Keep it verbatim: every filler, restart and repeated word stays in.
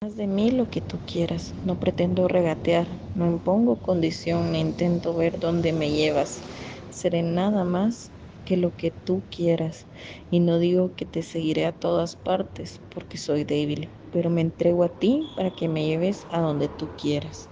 Haz de mí lo que tú quieras, no pretendo regatear, no impongo condición ni intento ver dónde me llevas. Seré nada más que lo que tú quieras y no digo que te seguiré a todas partes porque soy débil, pero me entrego a ti para que me lleves a donde tú quieras.